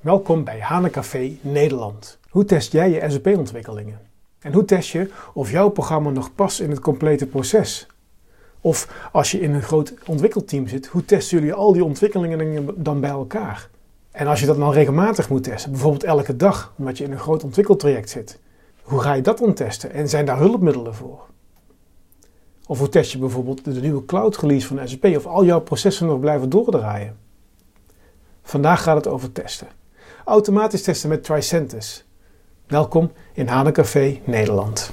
Welkom bij HANA-Café Nederland. Hoe test jij je SAP-ontwikkelingen? En hoe test je of jouw programma nog past in het complete proces? Of als je in een groot ontwikkelteam zit, hoe testen jullie al die ontwikkelingen dan bij elkaar? En als je dat dan regelmatig moet testen, bijvoorbeeld elke dag, omdat je in een groot ontwikkeltraject zit, hoe ga je dat dan testen? En zijn daar hulpmiddelen voor? Of hoe test je bijvoorbeeld de nieuwe cloud release van SAP of al jouw processen nog blijven doordraaien? Vandaag gaat het over testen. Automatisch testen met Tricentis. Welkom in HANA-Café Nederland.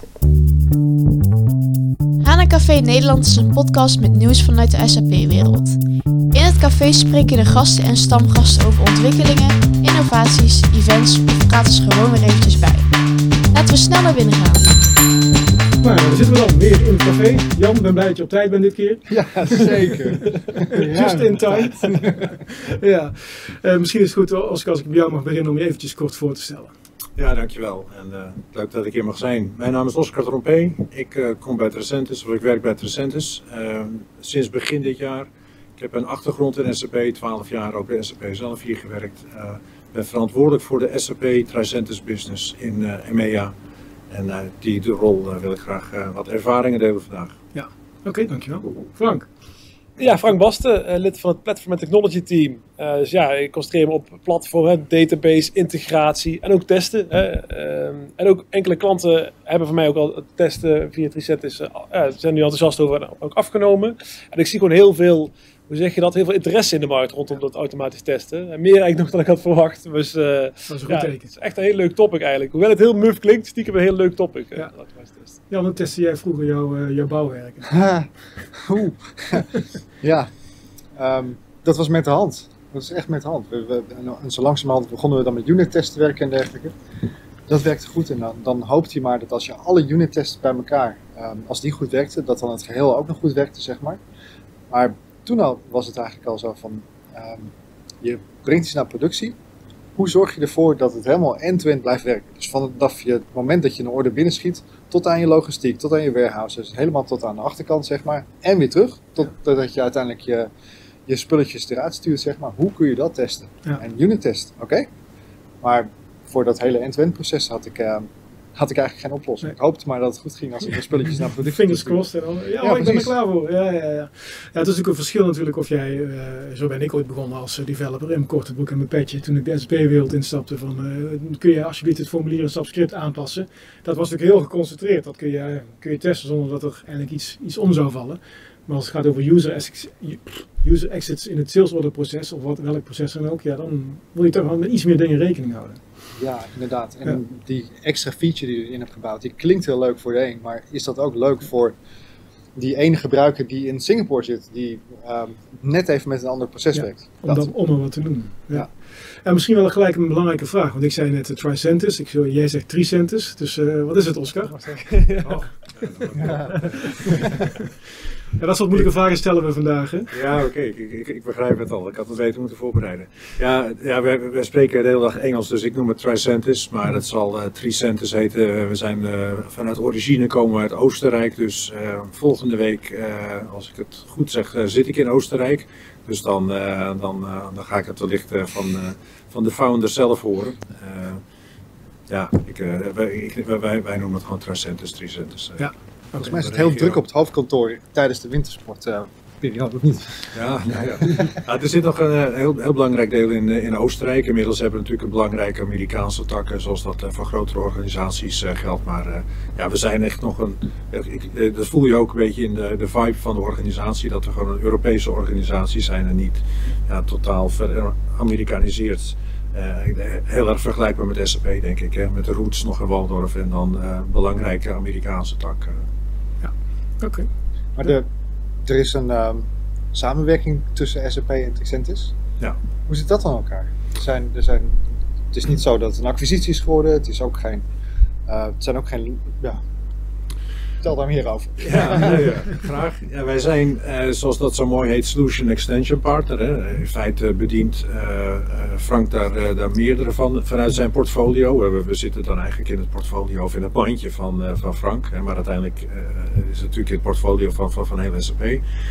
HANA-Café Nederland is een podcast met nieuws vanuit de SAP-wereld. In het café spreken de gasten en stamgasten over ontwikkelingen, innovaties, events of praten ze gewoon weer eventjes bij. Laten we snel naar binnen gaan. Nou, daar zitten we dan weer in het café. Jan, ik ben blij dat je op tijd bent dit keer. Ja, zeker. Just in time. Ja. Misschien is het goed als ik bij jou mag beginnen om je eventjes kort voor te stellen. Ja, dankjewel. En leuk dat ik hier mag zijn. Mijn naam is Oscar Trompé. Ik kom bij Tricentis, of ik werk bij Tricentis. Sinds begin dit jaar. Ik heb een achtergrond in SAP, 12 jaar ook bij SAP zelf hier gewerkt. Ik ben verantwoordelijk voor de SAP Tricentis business in EMEA. En die rol wil ik graag wat ervaringen delen vandaag. Ja, oké, dankjewel. Frank? Ja, Frank Basten, lid van het Platform and Technology Team. Dus ja, ik concentreer me op platform, database, integratie en ook testen. En ook enkele klanten hebben van mij ook al testen via Tricentis, zijn nu enthousiast over ook afgenomen. En ik zie gewoon heel veel, hoe zeg je dat, heel veel interesse in de markt rondom dat automatisch testen. En meer eigenlijk nog dan ik had verwacht. Dus dat is een goed teken. Het is echt een heel leuk topic eigenlijk. Hoewel het heel muf klinkt, stiekem een heel leuk topic. Ja. Ja, dan testte jij vroeger jouw bouwwerken. Ja, dat was met de hand. Dat is echt met de hand. En zo langzamerhand begonnen we dan met unit tests te werken en dergelijke. Dat werkte goed en dan hoopt je maar dat als je alle unit tests bij elkaar, als die goed werkten, dat dan het geheel ook nog goed werkte, zeg maar. Maar toen al was het eigenlijk al zo van, je brengt iets naar productie. Hoe zorg je ervoor dat het helemaal end-to-end blijft werken? Dus vanaf het moment dat je een order binnenschiet, tot aan je logistiek, tot aan je warehouse, dus helemaal tot aan de achterkant, zeg maar. En weer terug, totdat je uiteindelijk je spulletjes eruit stuurt, zeg maar. Hoe kun je dat testen? Ja. En unit test, oké. Maar voor dat hele end-to-end proces had ik eigenlijk geen oplossing. Nee. Ik hoopte maar dat het goed ging als ik de spulletjes naar productie Fingers crossed. En dan, ik ben er precies. klaar voor. Ja, het is natuurlijk een verschil natuurlijk of jij, zo ben ik ooit begonnen als developer in mijn korte broek en mijn petje. Toen ik de SAP-wereld instapte van, kun je alsjeblieft het formulier en subscript aanpassen. Dat was natuurlijk heel geconcentreerd. Dat kun je testen zonder dat er eigenlijk iets om zou vallen. Maar als het gaat over user exits in het sales order proces of welk proces dan ook, ja, dan wil je toch wel met iets meer dingen rekening houden. Ja, inderdaad. En die extra feature die je erin hebt gebouwd, die klinkt heel leuk voor de een, maar is dat ook leuk voor die ene gebruiker die in Singapore zit, die net even met een ander proces werkt? Om er wat te noemen. Ja. En misschien wel gelijk een belangrijke vraag, want ik zei net Tricentis, jij zegt Tricentis, dus wat is het, Oscar? Ja, dat soort moeilijke vragen stellen we vandaag, hè? Ja, oké. Ik begrijp het al. Ik had het beter moeten voorbereiden. Ja, we spreken de hele dag Engels, dus ik noem het Tricentis, maar het zal Tricentis heten. We zijn vanuit origine komen we uit Oostenrijk, dus volgende week, als ik het goed zeg, zit ik in Oostenrijk. Dus dan ga ik het wellicht van de founder zelf horen. Wij noemen het gewoon Tricentis. Ja. Volgens mij is het heel druk op het hoofdkantoor tijdens de wintersportperiode, of niet? Ja. Er zit nog een heel belangrijk deel in Oostenrijk. Inmiddels hebben we natuurlijk een belangrijke Amerikaanse takken, zoals dat voor grotere organisaties geldt. Maar we zijn echt nog dat voel je ook een beetje in de vibe van de organisatie, dat we gewoon een Europese organisatie zijn en niet totaal Amerikaniseerd. Heel erg vergelijkbaar met SAP, denk ik. Hè? Met de roots nog in Waldorf en dan belangrijke Amerikaanse tak. Ja, oké. Maar er is een samenwerking tussen SAP en Tricentis. Ja. Hoe zit dat dan in elkaar? Het is niet zo dat het een acquisitie is geworden. Het is ook geen... het zijn ook geen... Vertel daar meer over. Ja, graag. Ja, wij zijn, zoals dat zo mooi heet, Solution Extension Partner. Hè. In feite bedient Frank daar meerdere vanuit zijn portfolio. We zitten dan eigenlijk in het portfolio of in het bandje van Frank. Hè, maar uiteindelijk is het natuurlijk het portfolio van heel SAP.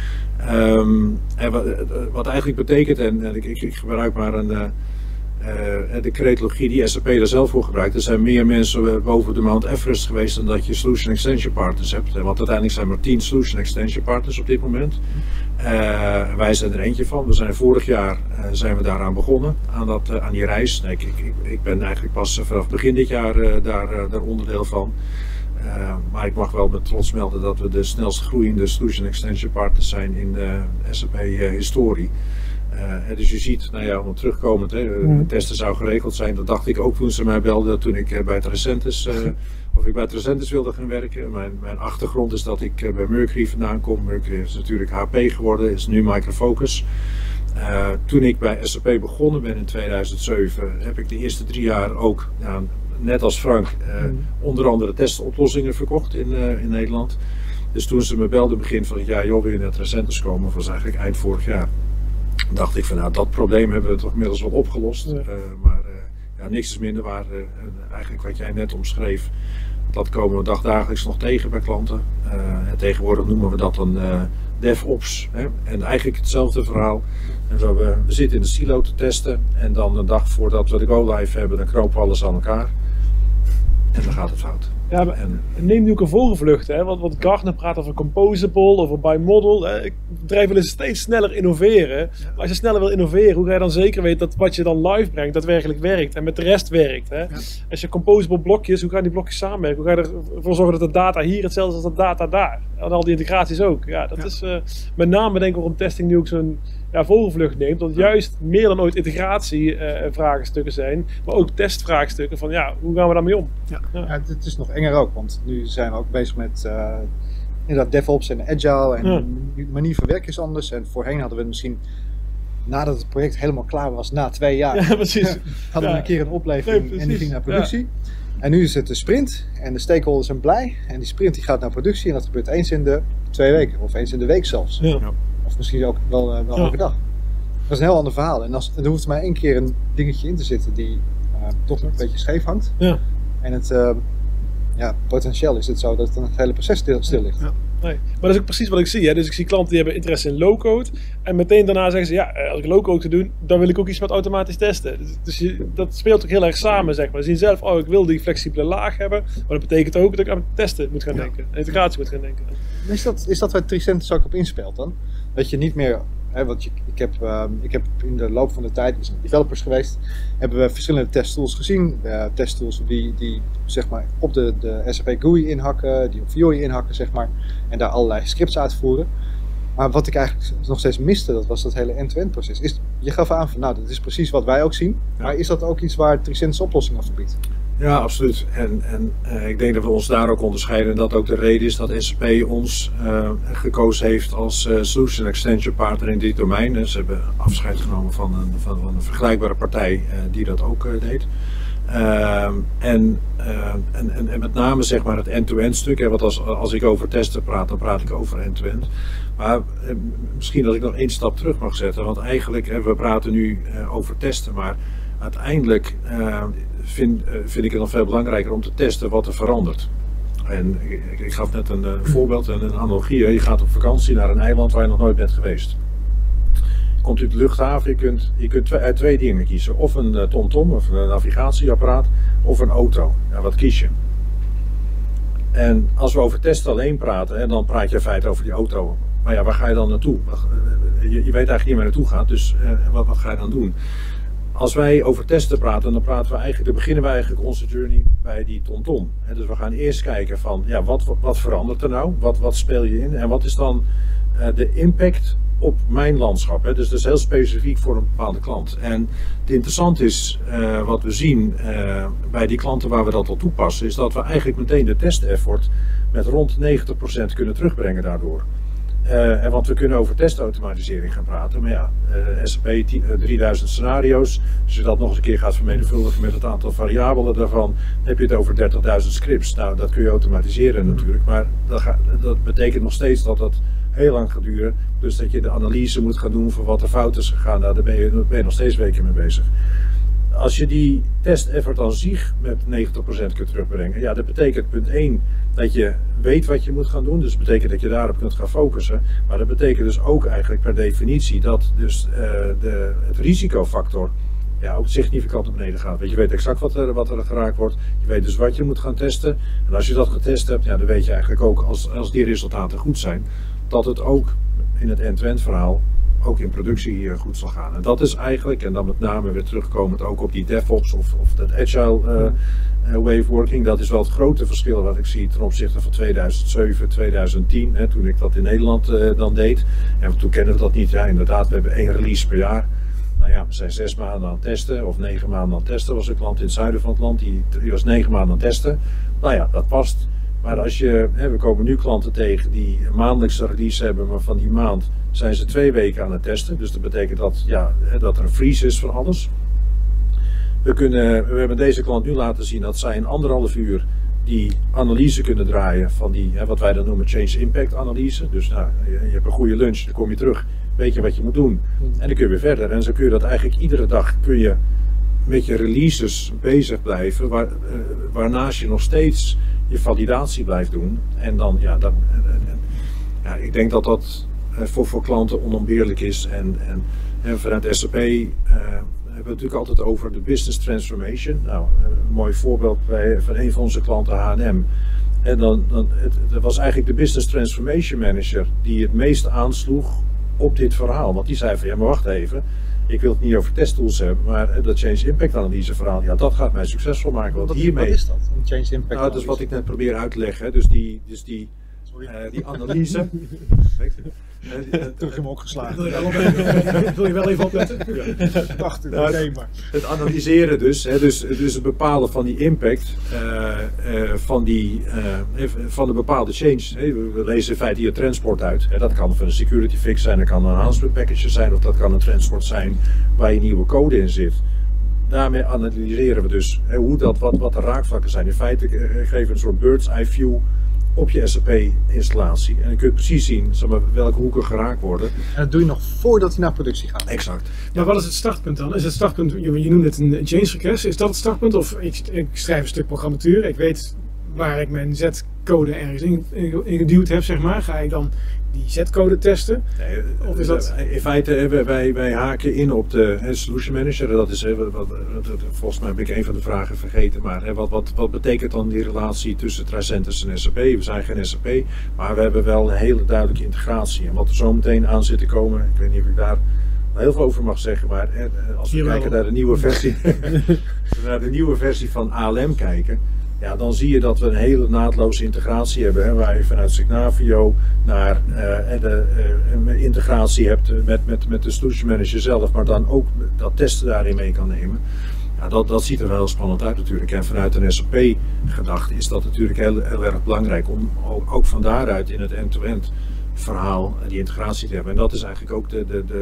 En wat eigenlijk betekent, en ik gebruik maar de creatologie die SAP daar zelf voor gebruikt. Er zijn meer mensen boven de Mount Everest geweest dan dat je Solution Extension Partners hebt. Want uiteindelijk zijn er 10 Solution Extension Partners op dit moment. Wij zijn er eentje van. We zijn vorig jaar zijn we daaraan begonnen, aan die reis. Nee, ik ben eigenlijk pas vanaf begin dit jaar daar onderdeel van. Maar ik mag wel met trots melden dat we de snelst groeiende Solution Extension Partners zijn in de SAP-historie. Dus je ziet, nou ja, om terugkomend, testen zou geregeld zijn. Dat dacht ik ook toen ze mij belden, toen ik bij het Recentis wilde gaan werken. Mijn achtergrond is dat ik bij Mercury vandaan kom. Mercury is natuurlijk HP geworden, is nu Micro Focus. Toen ik bij SAP begonnen ben in 2007, heb ik de eerste 3 jaar ook, net als Frank, onder andere testoplossingen verkocht in Nederland. Dus toen ze me belden begin van het jaar, joh, wil je naar het Recentis komen, was eigenlijk eind vorig jaar. Dacht ik van, nou, dat probleem hebben we toch inmiddels wel opgelost. Ja. Maar niks is minder waar. Eigenlijk wat jij net omschreef, dat komen we dagdagelijks nog tegen bij klanten. Tegenwoordig noemen we dat dan DevOps. En eigenlijk hetzelfde verhaal. En we zitten in de silo te testen en dan een dag voordat we de go-live hebben, dan knopen we alles aan elkaar. En dan gaat het fout. Ja, maar neem nu ook een vogelvlucht, hè? Want Gartner praat over composable, over bimodal. Bedrijven willen steeds sneller innoveren. Ja. Maar als je sneller wil innoveren, hoe ga je dan zeker weten dat wat je dan live brengt, daadwerkelijk werkt en met de rest werkt? Hè? Ja. Als je composable blokjes, hoe gaan die blokjes samenwerken? Hoe ga je ervoor zorgen dat de data hier hetzelfde is als de data daar? En al die integraties ook. Ja, dat is met name denk ik waarom testing nu ook zo'n vogelvlucht neemt. Dat juist meer dan ooit integratievraagstukken zijn, maar ook testvraagstukken van hoe gaan we daarmee om? Ja. Ja, het is nog enger ook, want nu zijn we ook bezig met inderdaad DevOps en Agile en de manier van werken is anders. En voorheen hadden we het misschien, nadat het project helemaal klaar was, na 2 jaar, hadden we een keer een oplevering en die ging naar productie. Ja. En nu is het een sprint en de stakeholders zijn blij en die sprint die gaat naar productie en dat gebeurt eens in de 2 weken of eens in de week zelfs. Ja. Of misschien ook wel elke dag. Dat is een heel ander verhaal. En er hoeft maar 1 keer een dingetje in te zitten die toch een beetje scheef hangt. Ja. En het potentieel is het zo dat het hele proces stil ligt. Ja. Nee. Maar dat is ook precies wat ik zie. Hè? Dus ik zie klanten die hebben interesse in low-code. En meteen daarna zeggen ze, als ik low-code ga doen, dan wil ik ook iets met automatisch testen. Dus dat speelt ook heel erg samen, zeg maar. Ze zien zelf, ik wil die flexibele laag hebben. Maar dat betekent ook dat ik aan testen moet gaan denken. Integratie moet gaan denken. Is dat waar Tricentis ook op inspeelt dan? Dat je niet meer... want ik heb in de loop van de tijd, we zijn developers geweest, hebben we verschillende testtools gezien. Testtools die zeg maar op de SAP GUI inhakken, die op Fiori inhakken, zeg maar, en daar allerlei scripts uitvoeren. Maar wat ik eigenlijk nog steeds miste, dat was dat hele end-to-end proces. Je gaf aan van, dat is precies wat wij ook zien. Ja. Maar is dat ook iets waar Tricentis oplossingen voor biedt? Ja, absoluut. En ik denk dat we ons daar ook onderscheiden. En dat ook de reden is dat SAP ons gekozen heeft als Solution Extension Partner in dit domein. Ze hebben afscheid genomen van een vergelijkbare partij die dat ook deed. En met name zeg maar het end-to-end stuk. Want als ik over testen praat, dan praat ik over end-to-end. Maar misschien dat ik nog 1 stap terug mag zetten. Want eigenlijk, we praten nu over testen, maar uiteindelijk vind ik het nog veel belangrijker om te testen wat er verandert. En ik gaf net een voorbeeld en een analogie. Je gaat op vakantie naar een eiland waar je nog nooit bent geweest. Komt u op de luchthaven, je kunt uit 2 dingen kiezen. Of een TomTom of een navigatieapparaat of een auto. Ja, wat kies je? En als we over testen alleen praten, dan praat je in feite over die auto. Maar waar ga je dan naartoe? Je weet eigenlijk niet waar je naartoe gaat, dus wat ga je dan doen? Als wij over testen praten, dan beginnen we eigenlijk onze journey bij die TomTom. Dus we gaan eerst kijken van, wat verandert er nou? Wat speel je in? En wat is dan de impact op mijn landschap? Dus dat is heel specifiek voor een bepaalde klant. En het interessante is, wat we zien bij die klanten waar we dat al toepassen, is dat we eigenlijk meteen de test-effort met rond 90% kunnen terugbrengen daardoor. Want we kunnen over testautomatisering gaan praten, maar SAP 3000 scenario's, als je dat nog eens een keer gaat vermenigvuldigen met het aantal variabelen daarvan, dan heb je het over 30.000 scripts. Nou, dat kun je automatiseren natuurlijk, maar dat betekent nog steeds dat dat heel lang gaat duren. Dus dat je de analyse moet gaan doen van wat er fout is gegaan, daar ben je nog steeds weken mee bezig. Als je die test-effort aan zich met 90% kunt terugbrengen, dat betekent punt 1 dat je weet wat je moet gaan doen. Dus dat betekent dat je daarop kunt gaan focussen. Maar dat betekent dus ook eigenlijk per definitie dat dus het risicofactor ook significant naar beneden gaat. Je weet exact wat er geraakt wordt. Je weet dus wat je moet gaan testen. En als je dat getest hebt, dan weet je eigenlijk ook als die resultaten goed zijn, dat het ook in het end-to-end verhaal ook in productie goed zal gaan. En dat is eigenlijk, en dan met name weer terugkomend ook op die DevOps of dat Agile way of working, dat is wel het grote verschil wat ik zie ten opzichte van 2007, 2010, toen ik dat in Nederland dan deed. En toen kenden we dat niet. Ja, inderdaad, we hebben 1 release per jaar. Nou ja, we zijn 6 maanden aan het testen, of 9 maanden aan het testen. Was een klant in het zuiden van het land, die was 9 maanden aan het testen. Nou ja, dat past. Maar we komen nu klanten tegen die een maandelijkse release hebben, maar van die maand zijn ze 2 weken aan het testen. Dus dat betekent dat er een freeze is van alles. We hebben deze klant nu laten zien dat zij in 1,5 uur die analyse kunnen draaien van die, wat wij dan noemen change impact analyse. Dus je hebt een goede lunch, dan kom je terug, weet je wat je moet doen en dan kun je weer verder. En zo kun je dat eigenlijk iedere dag met je releases bezig blijven, waarnaast je nog steeds je validatie blijft doen. En dan, ik denk dat dat voor klanten onontbeerlijk is. En vanuit SAP hebben we het natuurlijk altijd over de business transformation. Nou, een mooi voorbeeld van een van onze klanten, H&M. En dat was eigenlijk de business transformation manager die het meest aansloeg op dit verhaal. Want die zei van, maar wacht even, ik wil het niet over testtools hebben, maar dat change impact analyse verhaal, dat gaat mij succesvol maken. Want wat hiermee, is dat, een change impact analyse? Dat is wat ik net probeer uit te leggen. Dus die analyse. Terug in me opgeslagen. Wil je wel even opletten? Prachtig, maar. Het analyseren dus het bepalen van die impact van een bepaalde change. We lezen in feite hier transport uit. Dat kan een security fix zijn, dat kan een enhancement package zijn, of dat kan een transport zijn waar je nieuwe code in zit. Daarmee analyseren we dus wat de raakvlakken zijn. In feite geven we een soort bird's eye view op je SAP-installatie. En dan kun je precies zien welke hoeken geraakt worden. En dat doe je nog voordat hij naar productie gaat. Exact. Maar wat is het startpunt dan? Is het startpunt, je noemde het een change request, is dat het startpunt? Of ik schrijf een stuk programmatuur, ik weet waar ik mijn Z-code ergens in geduwd heb, zeg maar. Ga ik dan die Z-code testen? Nee, of is dat... In feite, wij haken in op de solution manager. Dat is, volgens mij heb ik een van de vragen vergeten. Maar wat betekent dan die relatie tussen Tricentis en SAP? We zijn geen SAP, maar we hebben wel een hele duidelijke integratie. En wat er zo meteen aan zit te komen, ik weet niet of ik daar heel veel over mag zeggen, maar als we kijken naar de nieuwe versie van ALM kijken, dan zie je dat we een hele naadloze integratie hebben. Waar je vanuit Signavio naar een integratie hebt met de solution manager zelf, maar dan ook dat testen daarin mee kan nemen. Ja, dat ziet er wel heel spannend uit natuurlijk. En vanuit een SAP gedachte is dat natuurlijk heel erg belangrijk om ook van daaruit in het end-to-end verhaal die integratie te hebben. En dat is eigenlijk ook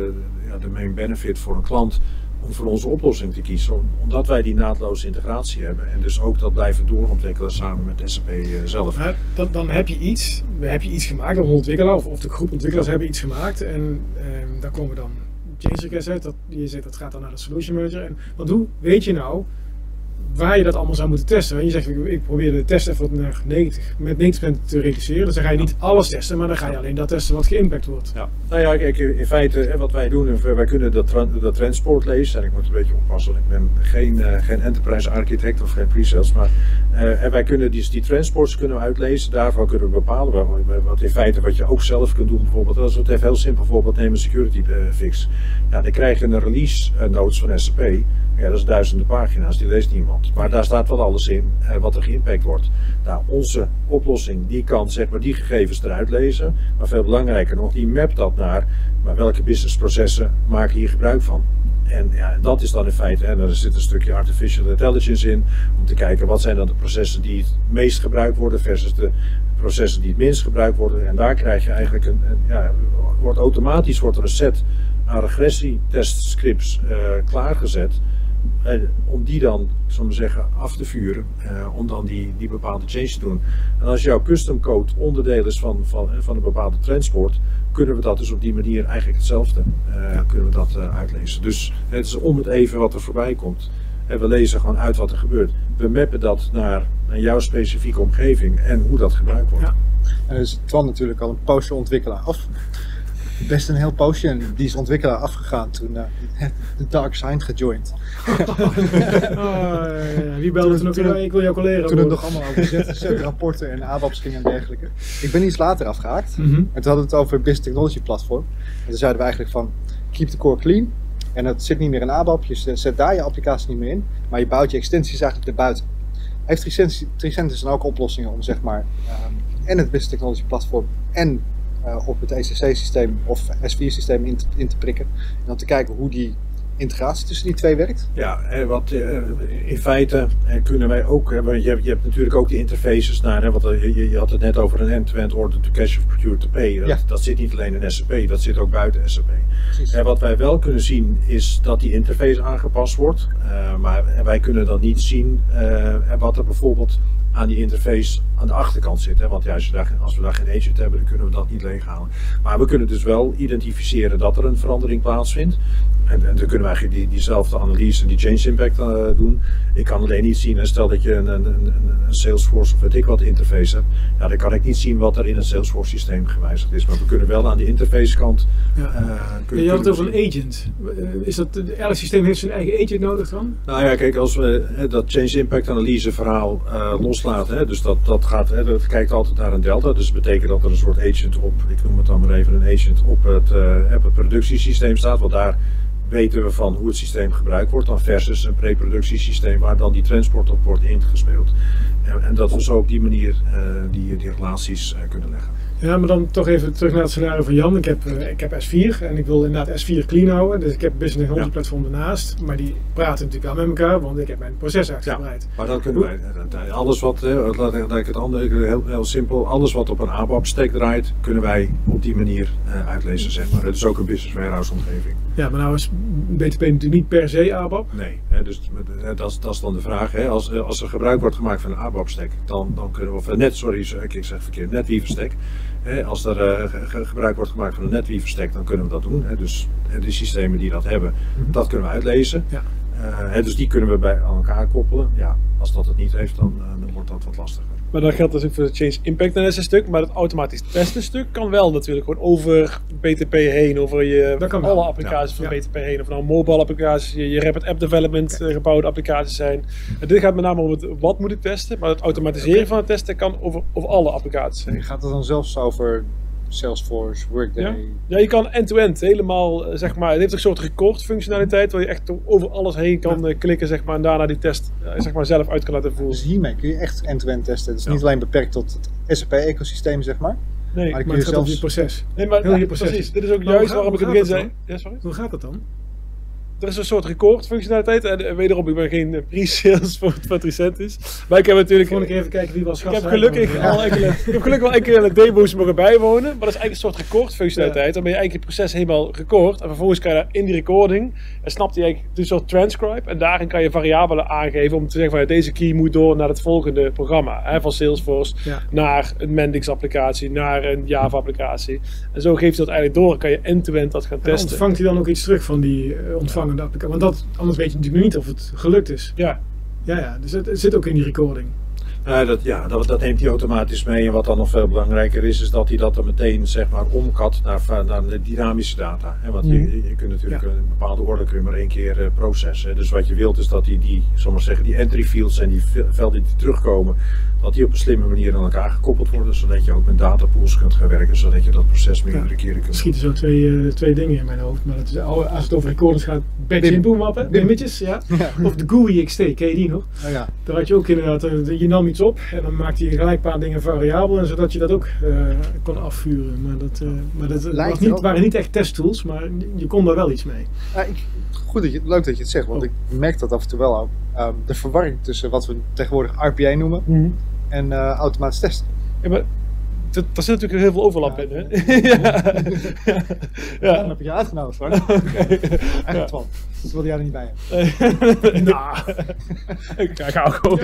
de main benefit voor een klant om voor onze oplossing te kiezen, omdat wij die naadloze integratie hebben en dus ook dat blijven doorontwikkelen samen met SAP zelf. Maar dan heb je iets gemaakt, de ontwikkelaar of de groep ontwikkelaars hebben iets gemaakt en daar komen dan change requests uit, je zegt dat gaat dan naar de solution manager. Want hoe weet je nou waar je dat allemaal zou moeten testen? Want je zegt, ik probeer de test even naar 90% te reduceren. Dus dan ga je niet alles testen, maar dan ga je alleen dat testen wat geïmpact wordt. Ja. Nou ja, kijk, in feite wat wij doen, wij kunnen dat transport lezen. En ik moet een beetje oppassen, want ik ben geen enterprise architect of geen pre-sales. Maar en wij kunnen die transports kunnen we uitlezen. Daarvan kunnen we bepalen wat in feite wat je ook zelf kunt doen. Bijvoorbeeld, als we het even heel simpel voorbeeld nemen, security fix. Ja, dan krijg je een release notes van SAP. Ja, dat is duizenden pagina's, die leest niemand. Maar daar staat wel alles in wat er geïmpact wordt. Nou, onze oplossing die kan zeg maar die gegevens eruit lezen. Maar veel belangrijker nog, die mapt dat naar welke businessprocessen maken hier gebruik van. En dat is dan in feite, en er zit een stukje artificial intelligence in. Om te kijken wat zijn dan de processen die het meest gebruikt worden versus de processen die het minst gebruikt worden. En daar krijg je eigenlijk automatisch wordt er een set aan regressietestscripts klaargezet. Om die dan, zullen we zeggen, af te vuren, om dan die bepaalde change te doen. En als jouw custom code onderdeel is van een bepaalde transport, kunnen we dat dus op die manier eigenlijk hetzelfde kunnen we dat uitlezen. Dus het is om het even wat er voorbij komt. En we lezen gewoon uit wat er gebeurt. We mappen dat naar jouw specifieke omgeving en hoe dat gebruikt wordt. Ja. En dus Twan natuurlijk al een poosje ontwikkelaar af. Best een heel poosje. En die is ontwikkelaar afgegaan toen de Dark Side gejoind. Wie belde toen ook weer? Ik wil jou collega. Toen het nog allemaal over Z-rapporten en ABAP's ging en dergelijke. Ik ben iets later afgehaakt. En toen hadden we het over Business Technology Platform. En toen zeiden we eigenlijk van, keep the core clean. En het zit niet meer in ABAP, je zet daar je applicatie niet meer in. Maar je bouwt je extensies eigenlijk erbuiten. Heeft Tricentis dan ook oplossingen om zeg maar en het Business Technology Platform en op het ECC-systeem of S4-systeem in te prikken. En dan te kijken hoe die integratie tussen die twee werkt? Ja, wat in feite kunnen wij ook, want je hebt natuurlijk ook de interfaces naar, want je had het net over een end-to-end order to cash of procure to pay. Dat zit niet alleen in SAP, dat zit ook buiten SAP. Wat wij wel kunnen zien is dat die interface aangepast wordt, maar wij kunnen dan niet zien wat er bijvoorbeeld aan die interface aan de achterkant zit. Want ja, als we daar geen agent hebben, dan kunnen we dat niet leeghalen. Maar we kunnen dus wel identificeren dat er een verandering plaatsvindt. En dan kunnen we eigenlijk diezelfde analyse, die change impact doen. Ik kan alleen niet zien, stel dat je een Salesforce of weet ik wat interface hebt. Ja, dan kan ik niet zien wat er in het Salesforce systeem gewijzigd is. Maar we kunnen wel aan de interface kant... je had het over een agent. Elk systeem heeft zijn eigen agent nodig dan? Nou ja, kijk, als we dat change impact analyse verhaal loslaten. Dus dat kijkt altijd naar een delta. Dus dat betekent dat er een soort agent op, ik noem het dan maar even een agent, op het productiesysteem staat. Want daar weten we van hoe het systeem gebruikt wordt dan versus een preproductiesysteem waar dan die transport op wordt ingespeeld. En dat we zo op die manier die relaties kunnen leggen. Ja, maar dan toch even terug naar het scenario van Jan. Ik heb S4 en ik wil inderdaad S4 clean houden. Dus ik heb Business Technology Platform ernaast. Maar die praten natuurlijk wel met elkaar, want ik heb mijn proces uitgebreid. Ja, maar dat kunnen wij. Alles wat, laat ik het andere heel simpel. Alles wat op een ABAP stack draait, kunnen wij op die manier uitlezen, zeg maar. Het is ook een business warehouse omgeving. Ja, maar nou is BTP natuurlijk niet per se ABAP. Nee, dus dat is dan de vraag. Als er gebruik wordt gemaakt van een ABAP stack, dan kunnen we, ik zeg verkeerd, NetWeaver stack. Als er gebruik wordt gemaakt van een NetWeaver stack, dan kunnen we dat doen. Dus de systemen die dat hebben, dat kunnen we uitlezen. Ja. Dus die kunnen we aan elkaar koppelen. Ja, als dat het niet heeft, dan wordt dat wat lastiger. Maar dat geldt dus ook voor het change impact analysis stuk. Maar het automatisch testen stuk kan wel natuurlijk gewoon over BTP heen, over alle applicaties van BTP heen. Of nou mobile applicaties, je rapid app development gebouwde applicaties zijn. En dit gaat met name om het wat moet ik testen, maar het automatiseren van het testen kan over alle applicaties heen. Gaat het dan zelfs over Salesforce, Workday? Ja, je kan end-to-end helemaal, zeg maar, het heeft een soort record functionaliteit waar je echt over alles heen kan klikken, zeg maar, en daarna die test zeg maar, zelf uit kan laten voeren. Dus hiermee kun je echt end-to-end testen. Het is niet alleen beperkt tot het SAP-ecosysteem, zeg maar. Nee, maar het gaat over je proces. Nee, maar precies. Dit is ook juist waarom ik het begin zei. Ja, sorry? Hoe gaat dat dan? Er is een soort recordfunctionaliteit en wederom, ik ben geen pre-sales voor Tricentis. Maar ik heb natuurlijk... Gewoon even kijken wie was gast. Ik heb gelukkig wel enkele demo's mogen bijwonen, maar dat is eigenlijk een soort recordfunctionaliteit. Dan ben je eigenlijk je proces helemaal record en vervolgens kan je daar in die recording, en snapt hij eigenlijk een soort transcribe en daarin kan je variabelen aangeven om te zeggen van deze key moet door naar het volgende programma. Van Salesforce naar een Mendix applicatie, naar een Java applicatie. En zo geeft hij dat eigenlijk door en kan je end-to-end dat gaan testen. Ontvangt hij dan ook iets terug van die ontvangende applicatie? Want anders weet je natuurlijk niet of het gelukt is. Ja. Dus het zit ook in die recording. Dat neemt hij automatisch mee. En wat dan nog veel belangrijker is dat hij dat dan meteen zeg maar omkat naar de dynamische data. Want je kunt natuurlijk een bepaalde orde kun je maar één keer processen. Dus wat je wilt is dat die entry fields en die velden die terugkomen, dat die op een slimme manier aan elkaar gekoppeld worden, zodat je ook met datapools kunt gaan werken, zodat je dat proces meerdere keren kunt schieten zo twee dingen in mijn hoofd. Maar dat is, als het over recordings gaat, batch input mappen, images, of de GUI XT, ken je die nog? Daar had je ook inderdaad, je nam iets op en dan maakte je gelijk een paar dingen variabel, en zodat je dat ook kon afvuren. Maar dat waren niet echt testtools, maar je kon daar wel iets mee. Leuk dat je het zegt, want ik merk dat af en toe wel ook. De verwarring tussen wat we tegenwoordig RPA noemen en automatisch testen. Ja, maar daar zit natuurlijk heel veel overlap in, hè? Dan heb je uitgenodigd, hoor. Eigenlijk 12. Dat wilde jij er niet bij hebben. Ik ga ook over.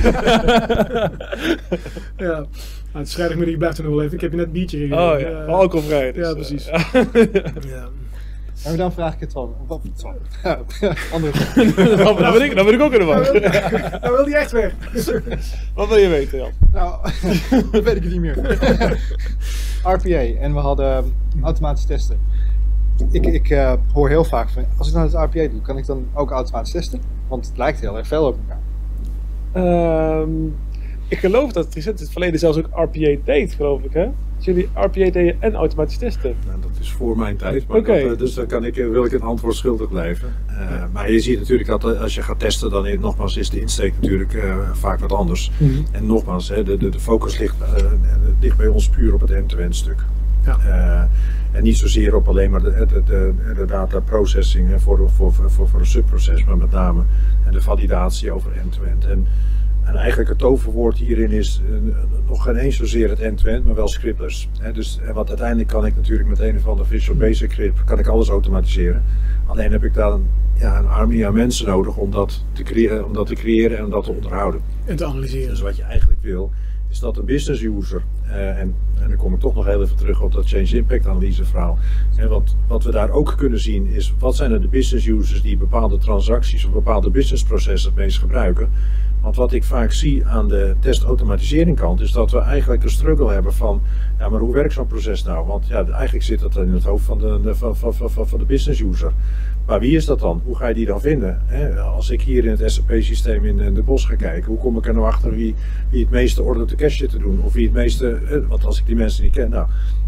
Het vrijdagmiddag blijft er nog wel even. Ik heb je net een biertje gegeven. Alcoholvrij. Dus, ja, precies. En dan vraag ik het van. Andere Dan wil ik ook in de wacht. Dan wil hij echt weg. Wat wil je weten, Jan? Nou, dat weet ik niet meer. RPA en we hadden automatische testen. Ik hoor heel vaak van, als ik nou het RPA doe, kan ik dan ook automatisch testen? Want het lijkt heel erg veel op elkaar. Ik geloof dat Tricent in het verleden zelfs ook RPA deed, geloof ik, hè? Dat jullie RPA deden en automatisch testen. Nou, dat is voor mijn tijd, maar Oké. dus dan wil ik het antwoord schuldig blijven. Maar je ziet natuurlijk dat als je gaat testen, dan nogmaals is de insteek natuurlijk vaak wat anders. Mm-hmm. En nogmaals, de focus ligt bij ons puur op het end-to-end stuk. Ja. En niet zozeer op alleen maar de data processing voor een subproces, maar met name de validatie over end-to-end. En eigenlijk het toverwoord hierin is nog geen eens zozeer het end-to-end, maar wel scriptless. Want uiteindelijk kan ik natuurlijk met een of ander Visual Basic script kan ik alles automatiseren. Alleen heb ik dan een army aan mensen nodig om dat te creëren en om dat te onderhouden. En te analyseren. Dus wat je eigenlijk wil, is dat een business user, en dan kom ik toch nog heel even terug op dat change impact analyse verhaal. Wat we daar ook kunnen zien is, wat zijn er de business users die bepaalde transacties of bepaalde businessprocessen het meest gebruiken. Want wat ik vaak zie aan de testautomatisering kant is dat we eigenlijk een struggle hebben van, ja, maar hoe werkt zo'n proces nou? Want ja, eigenlijk zit dat in het hoofd van de business user. Maar wie is dat dan? Hoe ga je die dan vinden? Als ik hier in het SAP-systeem in de bos ga kijken, hoe kom ik er nou achter wie het meeste order to cash zit te doen? Of wie het meeste, want als ik die mensen niet ken, nou.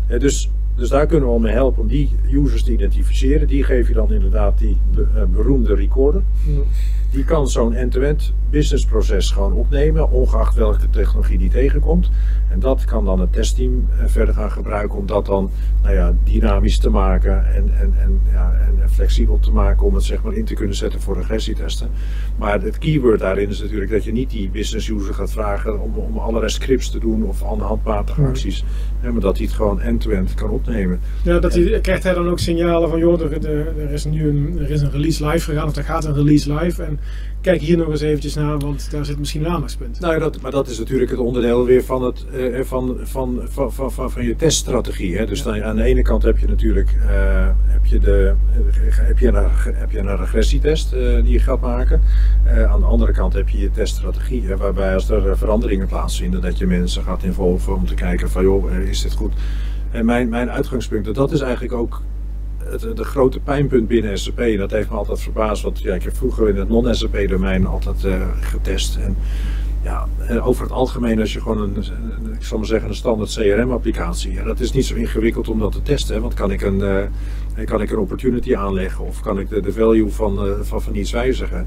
Dus daar kunnen we al mee helpen om die users te identificeren. Die geef je dan inderdaad die beroemde recorder. Die kan zo'n end-to-end businessproces gewoon opnemen, ongeacht welke technologie die tegenkomt. En dat kan dan het testteam verder gaan gebruiken om dat dan dynamisch te maken en flexibel te maken om het zeg maar in te kunnen zetten voor regressietesten. Maar het keyword daarin is natuurlijk dat je niet die business user gaat vragen om allerlei scripts te doen of handmatige acties. Maar dat hij het gewoon end-to-end kan opnemen. Ja, krijgt hij dan ook signalen van, joh, er is een release live gegaan of er gaat een release live en kijk hier nog eens eventjes naar, want daar zit misschien een aandachtspunt. Nou, maar dat is natuurlijk het onderdeel weer van je teststrategie. Hè? Dus aan de ene kant heb je natuurlijk heb je een regressietest die je gaat maken. Aan de andere kant heb je je teststrategie, hè, waarbij als er veranderingen plaatsvinden, dat je mensen gaat involven om te kijken van, joh, is dit goed? En mijn uitgangspunt, dat is eigenlijk ook de grote pijnpunt binnen SAP. En dat heeft me altijd verbaasd, want ik heb vroeger in het non-SAP domein altijd getest. En ja, over het algemeen als je gewoon ik zal maar zeggen, een standaard CRM-applicatie. Ja, dat is niet zo ingewikkeld om dat te testen. Hè? Want kan ik een opportunity aanleggen of kan ik de value van iets wijzigen.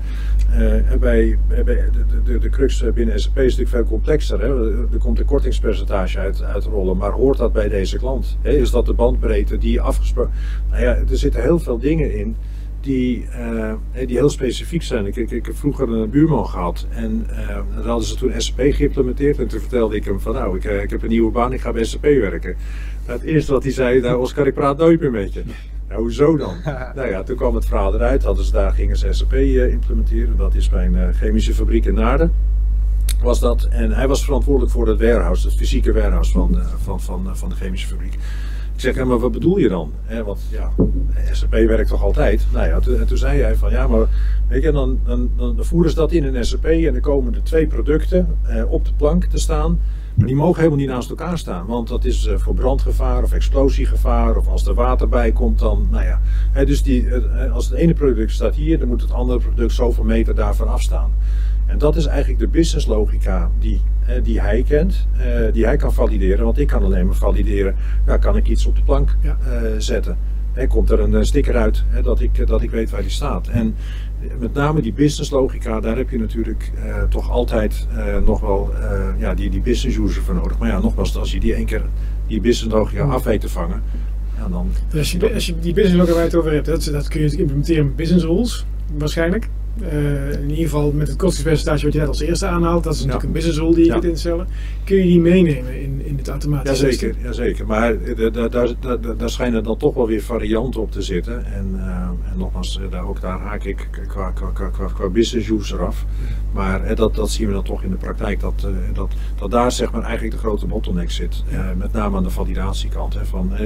De crux binnen SAP is natuurlijk veel complexer. Hè? Er komt een kortingspercentage uit rollen, maar hoort dat bij deze klant? Hè? Is dat de bandbreedte die afgesproken? Nou ja, er zitten heel veel dingen in die heel specifiek zijn. Ik heb vroeger een buurman gehad en dan hadden ze toen SAP geïmplementeerd en toen vertelde ik hem van, nou, ik heb een nieuwe baan, ik ga bij SAP werken. Het eerste wat hij zei, nou Oscar, ik praat nooit meer met je. Nou, hoezo dan? Nou ja, toen kwam het verhaal eruit, gingen ze SAP implementeren, dat is bij een chemische fabriek in Naarden. Was dat. En hij was verantwoordelijk voor het warehouse, het fysieke warehouse van de chemische fabriek. Ik zeg, maar wat bedoel je dan? Want ja, SAP werkt toch altijd? Nou ja, toen zei hij van, ja, maar weet je, dan voeren ze dat in een SAP en dan komen er 2 producten op de plank te staan. Maar die mogen helemaal niet naast elkaar staan, want dat is voor brandgevaar of explosiegevaar of als er water bij komt dan, nou ja. Dus als het ene product staat hier, dan moet het andere product zoveel meter daarvan afstaan. En dat is eigenlijk de businesslogica die hij kent, die hij kan valideren. Want ik kan alleen maar valideren, nou, kan ik iets op de plank zetten. Komt er een sticker uit dat ik weet waar die staat. En met name die businesslogica, daar heb je natuurlijk toch altijd nog wel die business user voor nodig. Maar ja, nogmaals, als je die 1 keer die businesslogica af weet te vangen, ja, dan... Dus als je die businesslogica waar je het over hebt, dat kun je implementeren met business rules, waarschijnlijk. in ieder geval met het kostenpercentage wat je net als eerste aanhaalt, dat is natuurlijk een business rule die je kunt instellen. Kun je die meenemen in het automatisch testen? Jazeker, maar daar schijnen dan toch wel weer varianten op te zitten. En nogmaals, daar haak ik qua business user af. Maar dat zien we dan toch in de praktijk, dat daar zeg maar eigenlijk de grote bottleneck zit. Met name aan de validatiekant.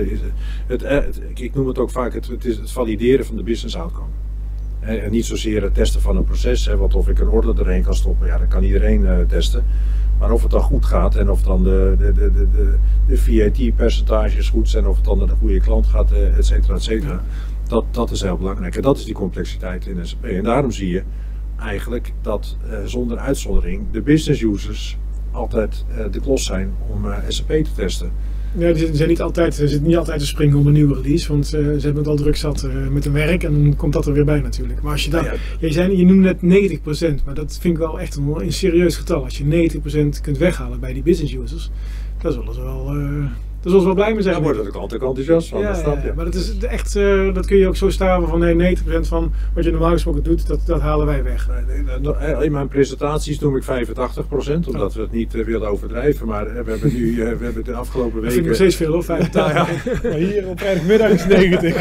Ik noem het ook vaak het valideren van de business outcome. En niet zozeer het testen van een proces, want of ik een order erheen kan stoppen, dat kan iedereen testen. Maar of het dan goed gaat en of dan de VAT-percentages goed zijn, of het dan naar de goede klant gaat, et cetera, et cetera. Dat is heel belangrijk en dat is die complexiteit in SAP. En daarom zie je eigenlijk dat zonder uitzondering de business users altijd de klos zijn om SAP te testen. Ja, ze zitten niet altijd te springen op een nieuwe release, want ze hebben het al druk zat met hun werk en dan komt dat er weer bij natuurlijk. Maar als je je noemde net 90%, maar dat vind ik wel echt een serieus getal. Als je 90% kunt weghalen bij die business users, dat zullen ze wel... Daar zullen ze wel blij mee zijn. Daar wordt de klant ook enthousiast van. Maar dat is echt, dat kun je ook zo staven van 90% van wat je normaal gesproken doet, dat halen wij weg. In mijn presentaties noem ik 85%, omdat we het niet willen overdrijven. Maar we hebben de afgelopen weken... Dat vind ik nog steeds veel hoor, 85%. Maar hier op vrijdagmiddag is 90.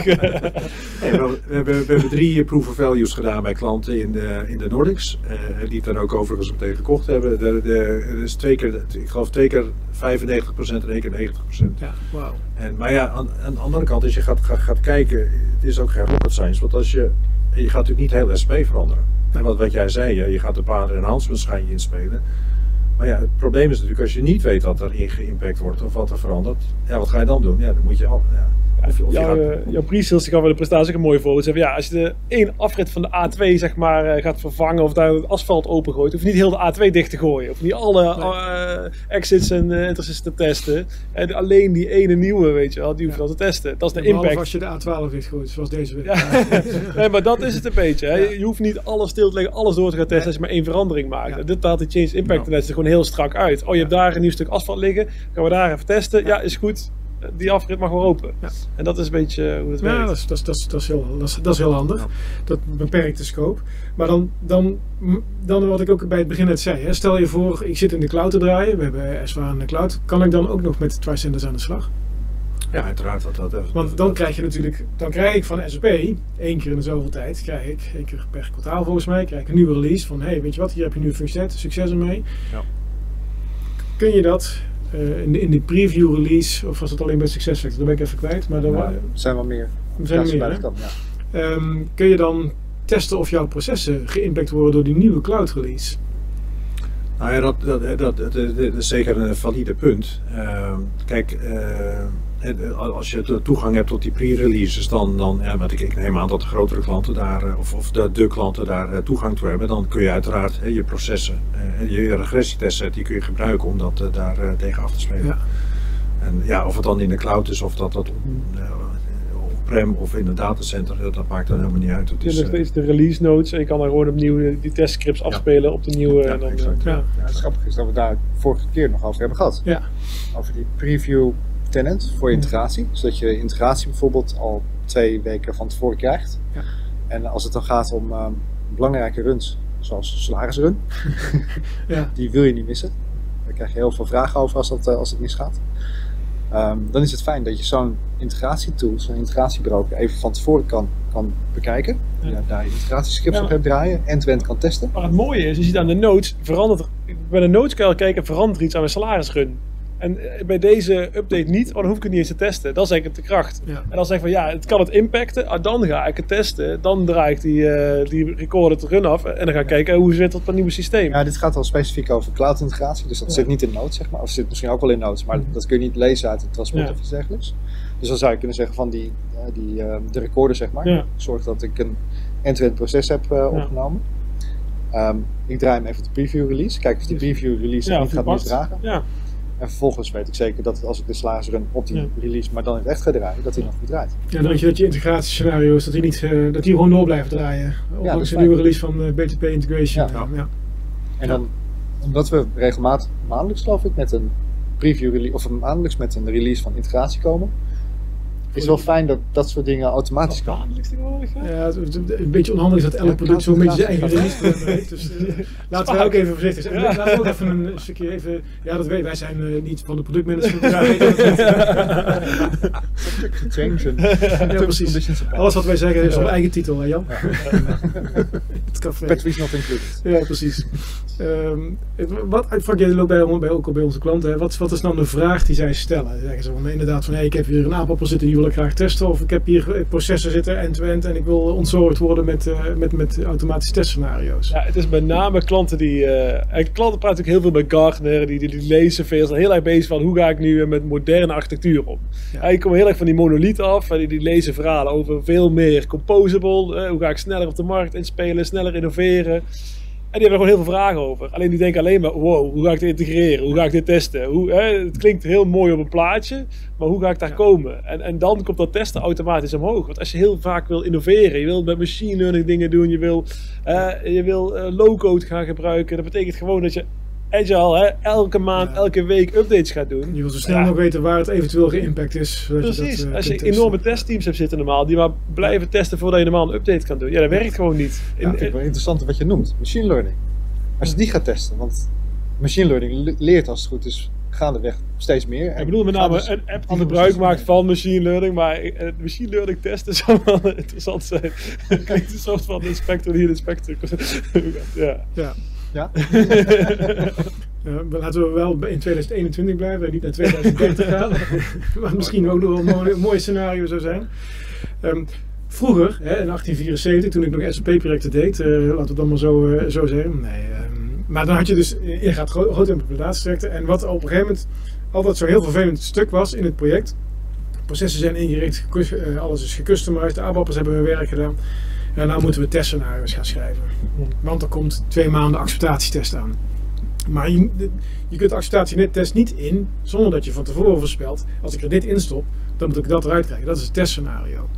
We hebben 3 proof of values gedaan bij klanten in de Nordics. Die het dan ook overigens meteen gekocht hebben. Ik geloof 2 keer 95% en 1 keer 90%. Ja, wauw. Maar aan de andere kant, als je gaat kijken, het is ook geen rocket science, want je gaat natuurlijk niet heel SP veranderen. En wat jij zei, je gaat een paar enhancements ga je inspelen. Maar ja, het probleem is natuurlijk, als je niet weet wat er geïmpact wordt of wat er verandert, wat ga je dan doen? Ja, dan moet je al... Jouw pre-sales die gaf wel de prestatie ook een mooi voorbeeld. Zeggen, als je de één afrit van de A2 zeg maar, gaat vervangen of daar het asfalt opengooit, hoef je niet heel de A2 dicht te gooien. Of niet alle exits en intercities te testen. En alleen die ene nieuwe, weet je wel, die hoef je dan te testen. Dat is de impact. Als je de A12 dichtgooit, zoals deze week. Nee, maar dat is het een beetje. Hè. Je hoeft niet alles stil te leggen, alles door te gaan testen als je maar één verandering maakt. Ja. Dit haalt die change impact er gewoon heel strak uit. Je hebt daar een nieuw stuk asfalt liggen, gaan we daar even testen. Ja, is goed. Die afrit mag weer open. Ja. En dat is een beetje hoe het werkt. Ja, dat is heel handig. Ja. Dat beperkt de scope. Maar dan wat ik ook bij het begin net zei. Hè. Stel je voor, ik zit in de cloud te draaien. We hebben S/4HANA in de cloud. Kan ik dan ook nog met Tricentis aan de slag? Ja, uiteraard. Want dan krijg ik van SAP, 1 keer in de zoveel tijd, 1 keer per kwartaal volgens mij, krijg ik een nieuwe release van, weet je wat, hier heb je nu een functionaliteit, succes ermee. Ja. Kun je dat... in de preview release, of was het alleen bij SuccessFactors, dat ben ik even kwijt. Maar er zijn wel meer. Kun je dan testen of jouw processen geïmpact worden door die nieuwe cloud release? Nou ja, dat is zeker een valide punt. Kijk, als je toegang hebt tot die pre-releases, want ik neem aan dat de grotere klanten daar, of de klanten daar toegang toe hebben, dan kun je uiteraard je processen, je regressietestset, die kun je gebruiken om dat daar tegen af te spelen. Ja. En of het dan in de cloud is, of dat on-prem of in een datacenter, dat maakt dan helemaal niet uit. Het is nog steeds de release notes en je kan dan gewoon opnieuw die testscripts afspelen op de nieuwe. Ja, exact. Het grappige is dat we daar vorige keer nog over hebben gehad. Ja. Over die preview tenant voor integratie. Zodat je integratie bijvoorbeeld al 2 weken van tevoren krijgt. Ja. En als het dan gaat om belangrijke runs, zoals salarisrun, die wil je niet missen. Daar krijg je heel veel vragen over als het misgaat. Dan is het fijn dat je zo'n integratietool, zo'n integratiebureau even van tevoren kan bekijken. Ja. Daar je integratiescripts op hebt draaien, end-to-end kan testen. Maar het mooie is, je ziet aan de notes, bij de notes kan je kijken, verandert iets aan mijn salarisrun. En bij deze update niet, dan hoef ik het niet eens te testen. Dat is eigenlijk de kracht. Ja. En dan zeg ik van het kan het impacten, dan ga ik het testen. Dan draai ik die recorded run af en dan ga ik kijken hoe zit dat op het nieuwe systeem. Ja, dit gaat al specifiek over cloud integratie, dus dat zit niet in notes, zeg maar. Of zit misschien ook wel in notes, maar dat kun je niet lezen uit het transport of iets dergelijks. Dus dan zou je kunnen zeggen van de recorder, zeg maar. Zorg dat ik een end-to-end proces heb opgenomen. Ik draai hem even de preview release. Kijk of die preview release niet gaat misdragen. Ja. En vervolgens weet ik zeker dat als ik de salarisrun op die release, maar dan in het echt ga draaien, dat hij nog goed draait. Ja, dan weet je dat je integratiescenario's, dat die gewoon door blijven draaien. Ondanks de nieuwe release van BTP Integration. Ja. En dan, omdat we maandelijks geloof ik, met een preview release, of maandelijks met een release van integratie komen, Het is wel fijn dat dat soort dingen automatisch kan. Ja, een beetje onhandig is dat elk product zo'n beetje zijn eigen release heeft. Dus laten we ook even voorzichtig zijn. Laten we ook even een stukje even... Ja, dat weten wij zijn niet van de productmanagement. Change. Ja, precies. Alles wat wij zeggen is op eigen titel, hè Jan? Het café. Batteries not included. Ja, precies. Wat uitvak jij ook ook al bij onze klanten, hè? Wat is dan de vraag die zij stellen? Zeggen ze van inderdaad van ik heb hier een aardappel zitten, die wil ik graag testen, of ik heb hier processen zitten end-to-end en ik wil ontzorgd worden met automatische testscenario's. Ja, het is met name klanten die... klanten praten natuurlijk heel veel met Gartner, die lezen veel, zijn heel erg bezig van hoe ga ik nu met moderne architectuur om. Ja. Die komen heel erg van die monoliet af, die lezen verhalen over veel meer composable, hoe ga ik sneller op de markt inspelen, sneller innoveren. En die hebben er gewoon heel veel vragen over. Alleen die denken alleen maar, wow, hoe ga ik dit integreren? Hoe ga ik dit testen? Het klinkt heel mooi op een plaatje, maar hoe ga ik daar komen? En dan komt dat testen automatisch omhoog. Want als je heel vaak wil innoveren, je wil met machine learning dingen doen, je wil low-code gaan gebruiken. Dat betekent gewoon dat je agile, elke maand, elke week updates gaat doen. Je wil zo snel nog weten waar het eventueel geïmpact is. Precies, je als je enorme testteams hebt zitten normaal, die maar blijven testen voordat je normaal een update kan doen. Ja, dat werkt gewoon niet. Ja, vind ik wel interessant wat je noemt, machine learning. Als je die gaat testen, want machine learning leert als het goed is gaandeweg steeds meer. Ik bedoel met name een app die gebruik maakt van machine learning, maar machine learning testen zou wel interessant zijn. Het klinkt een soort van inspector hier, inspector. Ja. Laten we wel in 2021 blijven en niet naar 2030 gaan. Wat misschien ook nog wel een mooi scenario zou zijn. Vroeger, in 1874, toen ik nog SAP-projecten deed, laten we het dan maar zo zeggen. Maar dan had je dus inderdaad grote implementatietrajecten. En wat op een gegeven moment altijd zo'n heel vervelend stuk was in het project. Processen zijn ingericht, alles is gecustomized, de ABAP'ers hebben hun werk gedaan. En nou moeten we testscenario's gaan schrijven. Want er komt 2 maanden acceptatietest aan. Maar je kunt de acceptatietest niet in zonder dat je van tevoren voorspelt. Als ik er dit in stop, dan moet ik dat eruit krijgen. Dat is het testscenario.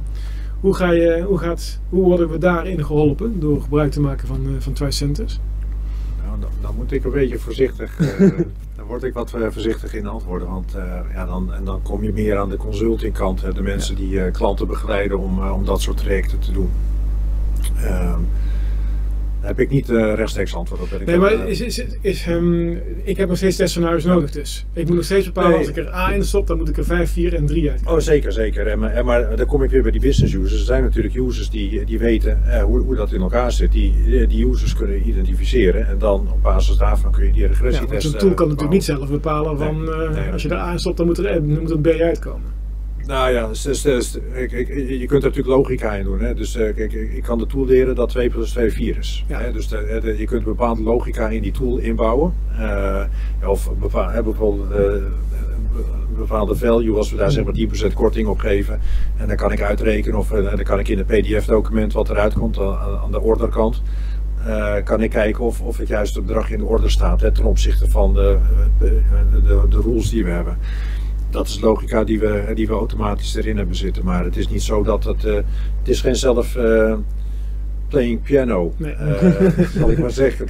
Hoe worden we daarin geholpen door gebruik te maken van Tricentis? Nou, dan moet ik een beetje voorzichtig. Dan word ik wat voorzichtig in antwoorden. Want dan kom je meer aan de consultingkant. De mensen die klanten begeleiden om dat soort trajecten te doen. Daar heb ik niet rechtstreeks antwoord op. Nee, maar ik heb nog steeds testscenario's nodig dus. Ik moet nog steeds bepalen, als ik er A in stop, dan moet ik er 5, 4 en 3 uit. Oh, zeker. Maar dan kom ik weer bij die business users. Er zijn natuurlijk users die weten hoe dat in elkaar zit. Die users kunnen identificeren en dan op basis daarvan kun je die regressietest. Zo'n tool kan natuurlijk niet zelf bepalen van als je er A in stopt, dan moet er B uitkomen. Nou ja, je kunt er natuurlijk logica in doen. Hè? Dus ik kan de tool leren dat 2 + 2 4 is. Ja. Hè? Dus je kunt een bepaalde logica in die tool inbouwen. Of bijvoorbeeld een bepaalde value, als we daar zeg maar 10% korting op geven. En dan kan ik uitrekenen of dan kan ik in het PDF-document wat eruit komt aan de orderkant. Kan ik kijken of het juiste bedrag in de order staat ten opzichte van de rules die we hebben. Dat is logica die we automatisch erin hebben zitten. Maar het is niet zo dat het is geen zelf playing piano. Nee. Zal ik maar zeggen.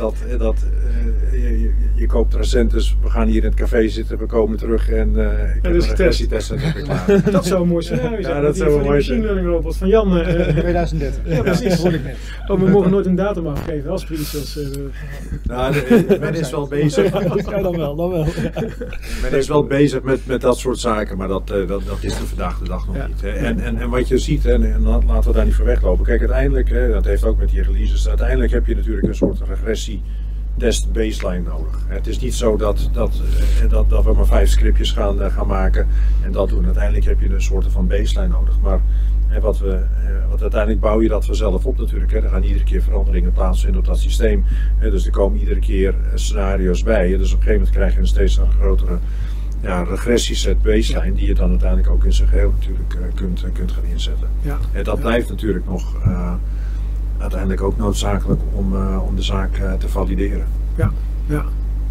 Je koopt Tricentis, we gaan hier in het café zitten, we komen terug en ik heb een regressietest en heb ik klaar. Dat zou een mooi scenario zijn. Ja, dat zou een mooi machine learning robot van Jan. 2030. Ja, precies. We mogen nooit een datum afgeven als zoals. Men is wel bezig. Ja, dan wel. Men is wel bezig met dat soort zaken, maar dat is er vandaag de dag nog niet. Hè. En wat je ziet, en laten we daar niet voor weglopen. Kijk, uiteindelijk, dat heeft ook met die releases, uiteindelijk heb je natuurlijk een soort regressietest baseline nodig. Het is niet zo dat we maar 5 scriptjes gaan maken en dat doen. Uiteindelijk heb je een soort van baseline nodig. Maar wat uiteindelijk bouw je dat vanzelf op natuurlijk. Er gaan iedere keer veranderingen plaatsvinden op dat systeem. Dus er komen iedere keer scenario's bij. Dus op een gegeven moment krijg je een steeds grotere regressieset baseline die je dan uiteindelijk ook in zijn geheel natuurlijk kunt gaan inzetten. Ja. En dat blijft natuurlijk nog uiteindelijk ook noodzakelijk om de zaak te valideren. Ja.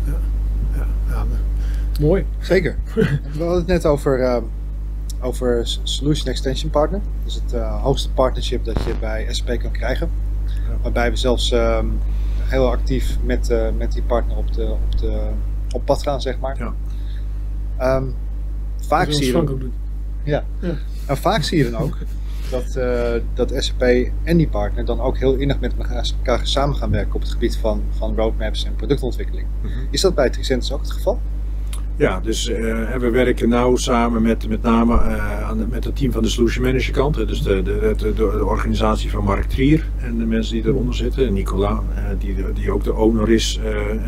Mooi. Zeker. We hadden het net over Solution Extension Partner. Dus het hoogste partnership dat je bij SAP kan krijgen. Ja. Waarbij we zelfs heel actief met die partner op pad gaan, zeg maar. Ja. Vaak zie je... Frank ook doen. Ja. Nou, vaak zie je dan ook dat SAP en die partner dan ook heel innig met elkaar samen gaan werken op het gebied van roadmaps en productontwikkeling. Is dat bij Tricentis ook het geval? Ja, dus we werken nauw samen met name met het team van de Solution Manager kant. Dus de organisatie van Mark Trier en de mensen die eronder zitten. En Nicola, die ook de owner is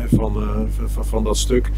van dat stuk.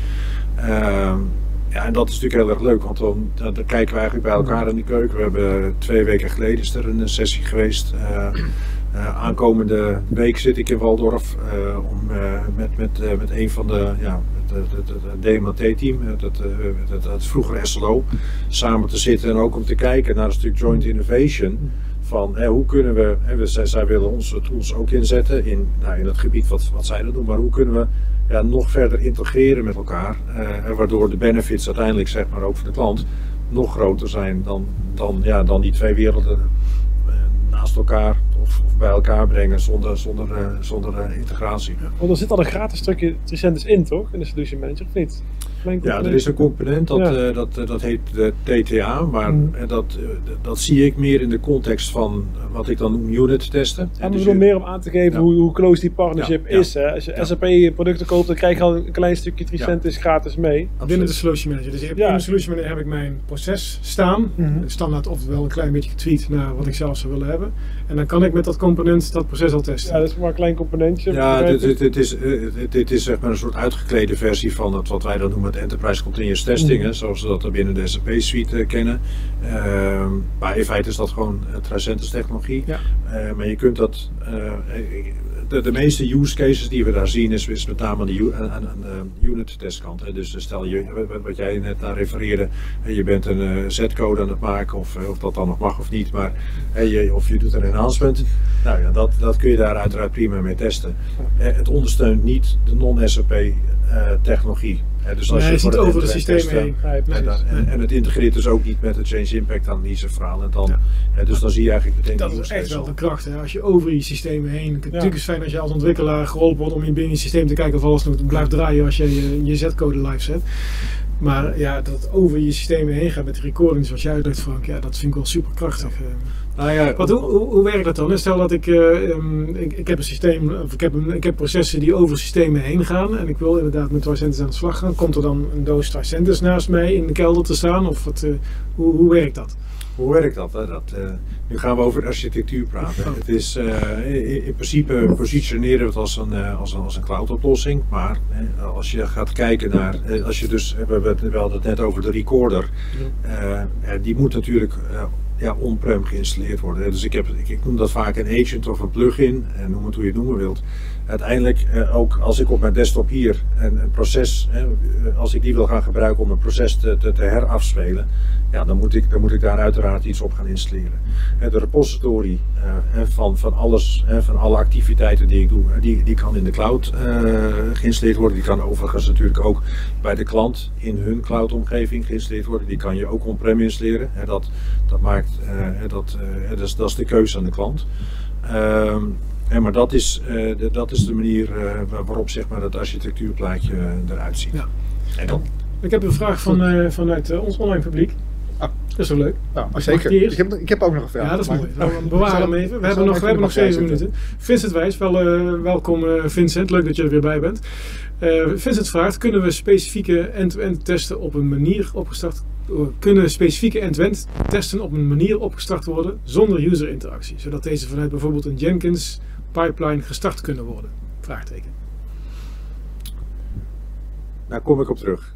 Ja, en dat is natuurlijk heel erg leuk, want dan kijken we eigenlijk bij elkaar in de keuken. We hebben 2 weken geleden is er een sessie geweest. Aankomende week zit ik in Walldorf om met een van het DMT-team, het vroegere SLO, samen te zitten en ook om te kijken naar een stuk joint innovation. Van hoe kunnen we, zij willen onze tools ook inzetten in het gebied wat zij dat doen, maar hoe kunnen we nog verder integreren met elkaar, waardoor de benefits uiteindelijk, zeg maar, ook voor de klant nog groter zijn dan die 2 werelden naast elkaar of bij elkaar brengen zonder integratie. Ja, want er zit al een gratis stukje Tricentis in, toch? In de Solution Manager, of niet? Ja, er is een component dat heet de TTA, maar dat zie ik meer in de context van wat ik dan noem unit testen. Ja, maar dus meer om aan te geven hoe close die partnership is. Hè? Als je SAP producten koopt, dan krijg je al een klein stukje Tricentis gratis mee. Binnen de Solution Manager. Dus in de Solution Manager heb ik mijn proces staan. Standaard oftewel een klein beetje getweet naar wat ik zelf zou willen hebben. En dan kan ik met dat component dat proces al testen. Ja, dat is maar een klein componentje. Ja, dit is zeg maar een soort uitgeklede versie van het wat wij dan noemen het Enterprise Continuous Testing, zoals we dat binnen de SAP suite kennen. Maar in feite is dat gewoon Tricentis technologie. Ja. Maar je kunt dat, de meeste use cases die we daar zien is met name aan de unit testkant. Dus stel je, wat jij net naar refereerde, je bent een Z-code aan het maken of dat dan nog mag of niet, maar of je doet een enhancement. Nou ja, dat kun je daar uiteraard prima mee testen. Het ondersteunt niet de non-SAP technologie. Dus als je zit over de systemen heen. En het integreert dus ook niet met het change impact analyse verhaal. En dan, dus dan zie je eigenlijk meteen dat is echt wel de kracht. Hè? Als je over je systemen heen. Natuurlijk is het fijn als je als ontwikkelaar geholpen wordt om binnen je systeem te kijken of alles nog blijft draaien als je je Z-code live zet. Maar dat het over je systemen heen gaat met de recordings zoals jij uitlegt, Frank, dat vind ik wel super krachtig. Hoe werkt dat dan? Stel dat ik heb een systeem, of ik heb processen die over systemen heen gaan en ik wil inderdaad met Tricentis aan de slag gaan. Komt er dan een doos Tricentis naast mij in de kelder te staan? Of hoe werkt dat? Hoe werkt dat? Nu gaan we over architectuur praten. Het is, in principe positioneren we het als een cloud oplossing, maar als je gaat kijken naar, we hadden het net over de recorder, die moet natuurlijk on-prem geïnstalleerd worden. Dus ik noem dat vaak een agent of een plugin, noem het hoe je het noemen wilt. Uiteindelijk, ook als ik op mijn desktop hier een proces, als ik die wil gaan gebruiken om een proces te herafspelen, dan moet ik daar uiteraard iets op gaan installeren. De repository van alles, van alle activiteiten die ik doe, die kan in de cloud geïnstalleerd worden. Die kan overigens natuurlijk ook bij de klant in hun cloud-omgeving geïnstalleerd worden. Die kan je ook on-prem installeren. Dat is de keuze aan de klant. Maar dat is de manier waarop, zeg maar, dat architectuurplaatje eruit ziet. Ja. Ik heb een vraag vanuit ons online publiek. Dat is wel leuk. Nou, zeker. Ik heb ook nog een vraag. Ja, dat is mooi. We bewaren hem even. We hebben nog 7 minuten. Vincent Wijs, welkom Vincent. Leuk dat je er weer bij bent. Vincent vraagt, kunnen specifieke end-to-end testen op een manier opgestart worden zonder user interactie? Zodat deze vanuit bijvoorbeeld een Jenkins pipeline gestart kunnen worden? Vraagteken. Daar kom ik op terug.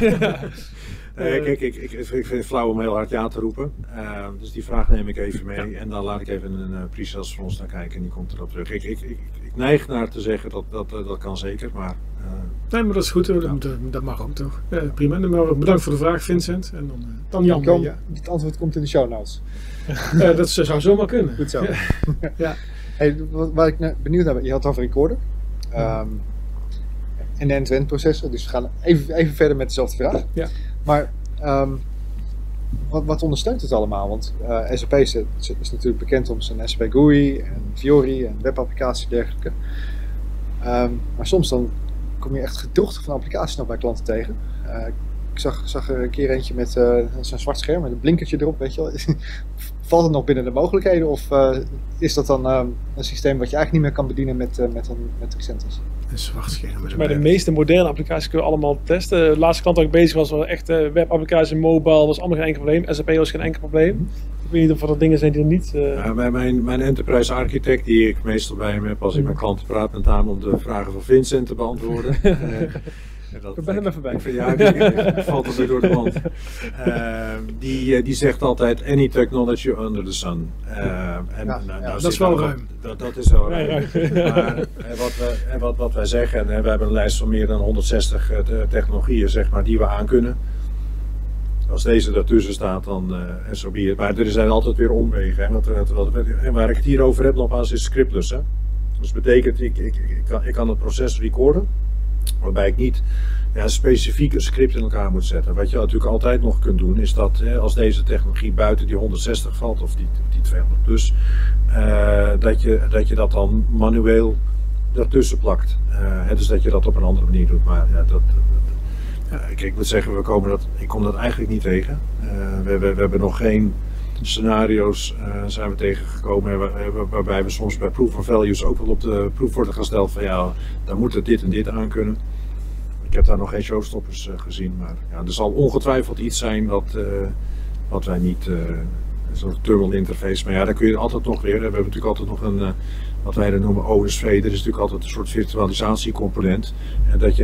Kijk, ik vind het flauw om heel hard ja te roepen. Dus die vraag neem ik even mee. Ja. En dan laat ik even een pre-sales van ons naar kijken en die komt erop terug. Ik neig naar te zeggen dat kan zeker, maar... Nee, maar dat is goed. Dat mag ook toch. Prima. Maar bedankt voor de vraag, Vincent. En dan Jan. Het antwoord komt in de show notes. Dat zou zomaar kunnen. Goed zo. Ja. Hey, waar ik benieuwd naar ben, je had het over recorder. En de end-to-end processen. Dus we gaan even verder met dezelfde vraag. Ja. Maar wat ondersteunt het allemaal? Want SAP is natuurlijk bekend om zijn SAP GUI en Fiori en webapplicaties en dergelijke. Maar soms dan kom je echt gedochten van applicaties nog bij klanten tegen. Ik zag er een keer eentje met zo'n zwart scherm met een blinkertje erop, weet je wel. Valt het nog binnen de mogelijkheden of is dat dan een systeem wat je eigenlijk niet meer kan bedienen met ReSentis? Een zwart scherm. Maar de meeste moderne applicaties kunnen we allemaal testen. De laatste klant waar ik bezig was echt webapplicatie, mobile, was allemaal geen enkel probleem. SAP was geen enkel probleem. Ik weet niet of er dingen zijn die er niet... Mijn enterprise architect, die ik meestal bij me heb als ik met klanten praat, met name om de vragen van Vincent te beantwoorden. Ik ben hem even bij. Ja, die valt er weer door de mand. Die zegt altijd, any technology under the sun. Dat is wel ruim. Dat is wel ruim. Maar wat wij zeggen, en we hebben een lijst van meer dan 160 technologieën zeg maar, die we aankunnen. Als deze daartussen staat, dan so be it. Maar er zijn altijd weer omwegen. En waar ik het hier over heb nogmaals is scriptless. Hè? Dus dat betekent, ik kan het proces recorden. Waarbij ik niet specifiek een script in elkaar moet zetten. Wat je natuurlijk altijd nog kunt doen, is dat als deze technologie buiten die 160 valt, of die 200 plus, dat je dat dan manueel daartussen plakt. Dus dat je dat op een andere manier doet. Maar ik moet zeggen, ik kom dat eigenlijk niet tegen. We hebben nog geen scenario's zijn we tegengekomen waarbij we soms bij proof of values ook wel op de proef worden gesteld van daar moet het dit en dit aan kunnen. Ik heb daar nog geen showstoppers gezien, maar er zal ongetwijfeld iets zijn wat wij niet, een soort terminal interface, maar daar kun je altijd nog weer, we hebben natuurlijk altijd nog een, wat wij dan noemen OSV, er is natuurlijk altijd een soort virtualisatiecomponent en dat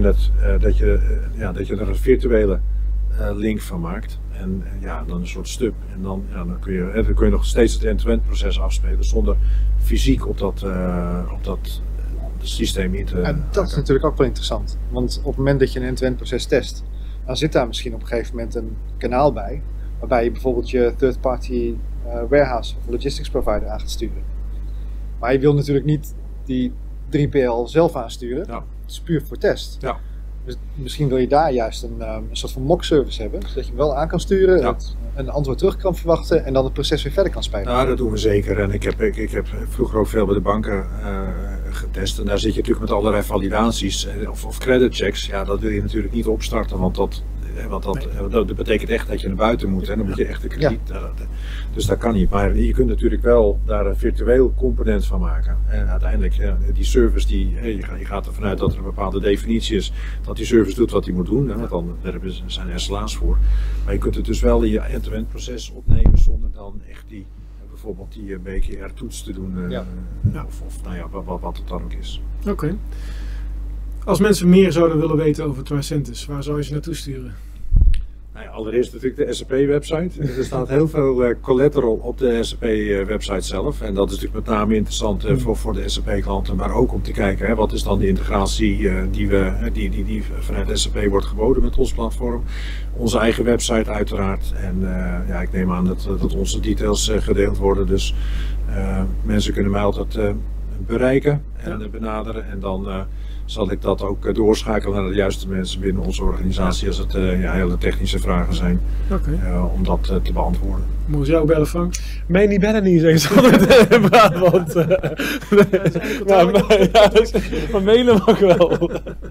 je er een virtuele link van maakt. En dan een soort stub. En dan kun je nog steeds het end-to-end proces afspelen zonder fysiek op dat systeem in te... En dat is natuurlijk ook wel interessant. Want op het moment dat je een end-to-end proces test, dan zit daar misschien op een gegeven moment een kanaal bij, waarbij je bijvoorbeeld je third-party warehouse of logistics provider aan gaat sturen. Maar je wil natuurlijk niet die 3PL zelf aansturen. Ja. Het is puur voor test. Ja. Dus misschien wil je daar juist een soort van mock service hebben, zodat je hem wel aan kan sturen, een antwoord terug kan verwachten en dan het proces weer verder kan spelen. Nou, dat doen we zeker. En ik heb vroeger ook veel bij de banken getest en daar zit je natuurlijk met allerlei validaties of credit checks. Ja, dat wil je natuurlijk niet opstarten, want dat betekent echt dat je naar buiten moet en dan moet je echt de krediet. Ja. Dus dat kan niet. Maar je kunt natuurlijk wel daar een virtueel component van maken. En uiteindelijk, die service, je gaat ervan uit dat er een bepaalde definitie is dat die service doet wat hij moet doen. Want dan zijn SLA's voor. Maar je kunt het dus wel in je end-to-end proces opnemen zonder dan echt bijvoorbeeld die BKR-toets te doen. Wat het dan ook is. Oké. Als mensen meer zouden willen weten over Tricentis, waar zou je ze naartoe sturen? Allereerst natuurlijk de SAP-website. Er staat heel veel collateral op de SAP-website zelf. En dat is natuurlijk met name interessant voor de SAP-klanten. Maar ook om te kijken, wat is dan de integratie die vanuit SAP wordt geboden met ons platform. Onze eigen website uiteraard. En ik neem aan dat onze details gedeeld worden. Dus mensen kunnen mij altijd bereiken en benaderen. En dan zal ik dat ook doorschakelen naar de juiste mensen binnen onze organisatie als het hele technische vragen zijn om dat te beantwoorden. Moet je jou bellen, Frank? Mij niet bellen niet, zeggen ze in Brabant. Maar mailen mag wel.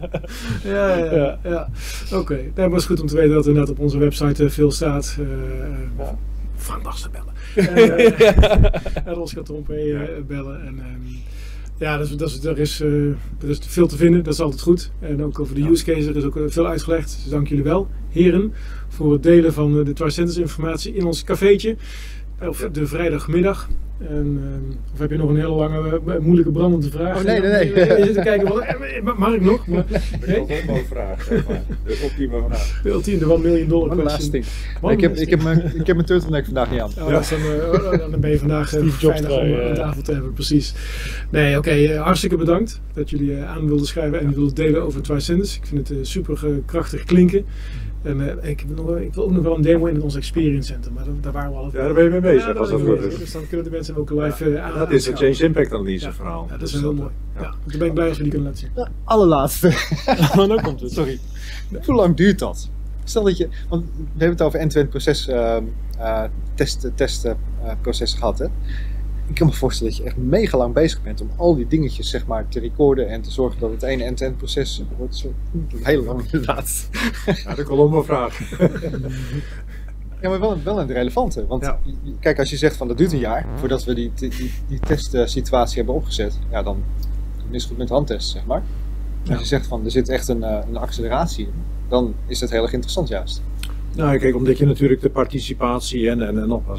Ja. Oké. Nee, maar het is goed om te weten dat er net op onze website veel staat. Frank mag ze bellen. En Ros gaat erom bellen. En, er is veel te vinden, dat is altijd goed. En ook over de use case, er is ook veel uitgelegd. Dus dank jullie wel, heren, voor het delen van de Tricentis informatie in ons cafeetje. Of de vrijdagmiddag. Of heb je nog een hele lange, moeilijke, brandende vraag? Oh, nee. Je zit te kijken, mag ik nog? Maar, de vraag, zeg maar. De ultieme vraag. De ultieme, de $1 million question. Ik heb mijn turtleneck vandaag niet aan. Dan ben je vandaag fijnig om aan tafel te hebben, precies. Nee, oké, hartstikke bedankt dat jullie aan wilden schrijven en wilden delen over Tricentis. Ik vind het super krachtig klinken. En ik wil ook nog wel een demo in ons Experience Center, maar daar waren we al over. Ja, daar ben je mee bezig als dat goed is. Dus dan kunnen de mensen ook live aan. Dat is een Change Impact Analyse verhaal. Ja, dat is heel mooi. Dus dan ben ik blij als we die kunnen laten zien. De allerlaatste. Dan komt het. Sorry. Hoe lang duurt dat? Stel dat want we hebben het over end-to-end proces testproces gehad. Hè? ik kan me voorstellen dat je echt mega lang bezig bent om al die dingetjes zeg maar te recorden en te zorgen dat het een end-to-end proces wordt. Zo, heel lang inderdaad. Ja, de kolombo-vraag. Ja, maar wel een relevante. Want kijk, als je zegt van dat duurt een jaar voordat we die testsituatie hebben opgezet, ja, dan is het goed met handtests, zeg maar. Als je zegt van er zit echt een acceleratie in, dan is dat heel erg interessant juist. Nou, kijk, omdat je natuurlijk de participatie en nogmaals,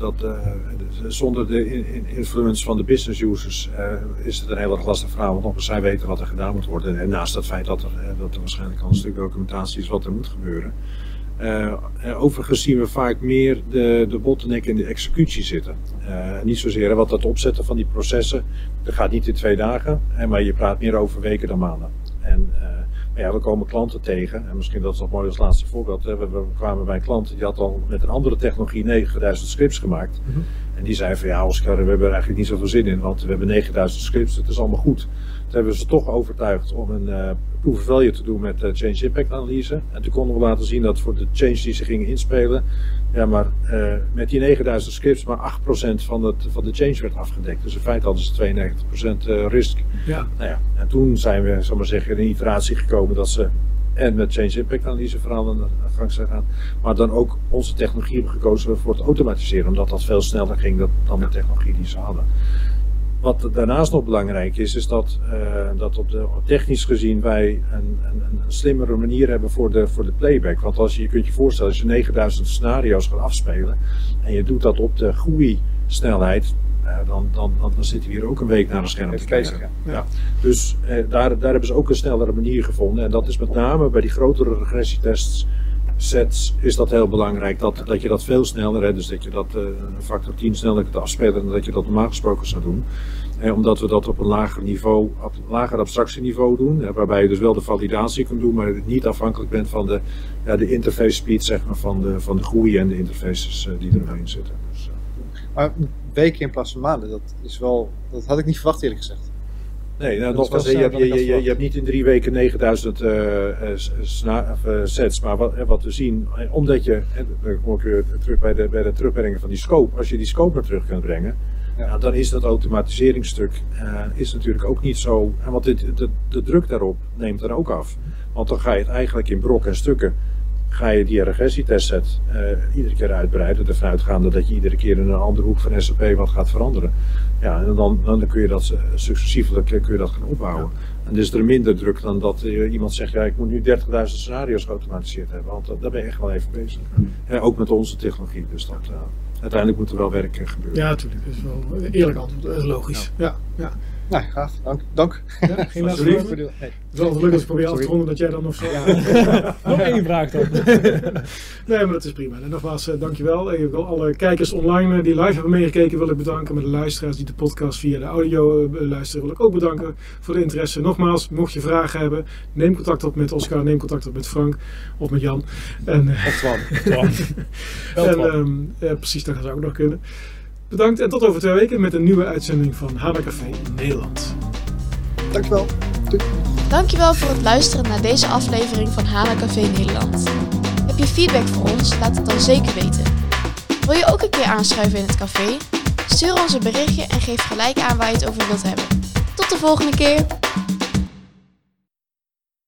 zonder de influence van de business users is het een heel erg lastig verhaal. Want nogmaals, zij weten wat er gedaan moet worden. En naast het feit dat er waarschijnlijk al een stuk documentatie is wat er moet gebeuren. Overigens zien we vaak meer de bottleneck in de executie zitten. Niet zozeer wat het opzetten van die processen. Dat gaat niet in 2 dagen, maar je praat meer over weken dan maanden. Maar ja, we komen klanten tegen, en misschien dat is nog mooi als laatste voorbeeld. We kwamen bij een klant, die had al met een andere technologie 9000 scripts gemaakt. Mm-hmm. En die zei van ja Oscar, we hebben er eigenlijk niet zoveel zin in, want we hebben 9000 scripts, het is allemaal goed. Toen hebben we ze toch overtuigd om een proof of value te doen met change impact analyse. En toen konden we laten zien dat voor de change die ze gingen inspelen, ja maar met die 9000 scripts maar 8% van de change werd afgedekt. Dus in feite hadden ze 92% risk. Ja. Nou ja, en toen zijn we, zal maar zeggen, in een iteratie gekomen dat ze en met change impact analyse vooral aan de gang zijn gaan, maar dan ook onze technologie hebben gekozen voor het automatiseren, omdat dat veel sneller ging dan de technologie die ze hadden. Wat daarnaast nog belangrijk is dat technisch gezien wij een slimmere manier hebben voor de playback. Want je kunt je voorstellen, als je 9000 scenario's gaat afspelen en je doet dat op de GUI-snelheid, dan zitten we hier ook een week naar een scherm te kijken. Ja. Dus daar hebben ze ook een snellere manier gevonden. En dat is met name bij die grotere regressietests sets is dat heel belangrijk, dat je dat veel sneller, dus dat je dat een factor 10 sneller kunt afspelen dan dat je dat normaal gesproken zou doen. Omdat we dat op een lager abstractieniveau doen, waarbij je dus wel de validatie kunt doen, maar niet afhankelijk bent van de interface speed zeg maar, van de GUI en de interfaces die eromheen zitten. Dus, maar weken in plaats van maanden, dat had ik niet verwacht eerlijk gezegd. Nee, nou, nogmaals, je hebt niet in 3 weken 9000 sets, maar wat we zien, omdat je, dan kom ik weer terug bij de terugbrengen van die scope, als je die scope naar terug kunt brengen, ja, dan is dat automatiseringsstuk is natuurlijk ook niet zo, want de druk daarop neemt dan ook af. Want dan ga je het eigenlijk in brokken en stukken, ga je die regressietestset iedere keer uitbreiden, ervan uitgaande dat je iedere keer in een andere hoek van SAP wat gaat veranderen. Ja, en dan kun je dat successievelijk gaan opbouwen. En dus is er minder druk dan dat iemand zegt, ja ik moet nu 30.000 scenario's geautomatiseerd hebben, want daar ben je echt wel even bezig. Ja, ook met onze technologie, dus dat uiteindelijk moet er wel werk gebeuren. Ja, natuurlijk. Dat is wel een eerlijk antwoord, logisch. Ja. Nou, gaaf. Dank. Ja, geen laatste woorden? Nee. Het is wel gelukkig als ik probeer af te ronden dat jij dan nog zo... Ja. Nog 1 vraag dan. Nee, maar dat is prima. En nogmaals, dankjewel. Ik wil alle kijkers online die live hebben meegekeken wil ik bedanken. Maar de luisteraars die de podcast via de audio luisteren wil ik ook bedanken voor de interesse. Nogmaals, mocht je vragen hebben, neem contact op met Oscar, neem contact op met Frank of met Jan. Of Twan. Precies, dat zou ook nog kunnen. Bedankt en tot over 2 weken met een nieuwe uitzending van HANA Café Nederland. Dankjewel. Doei. Dankjewel voor het luisteren naar deze aflevering van HANA Café Nederland. Heb je feedback voor ons? Laat het dan zeker weten. Wil je ook een keer aanschuiven in het café? Stuur ons een berichtje en geef gelijk aan waar je het over wilt hebben. Tot de volgende keer!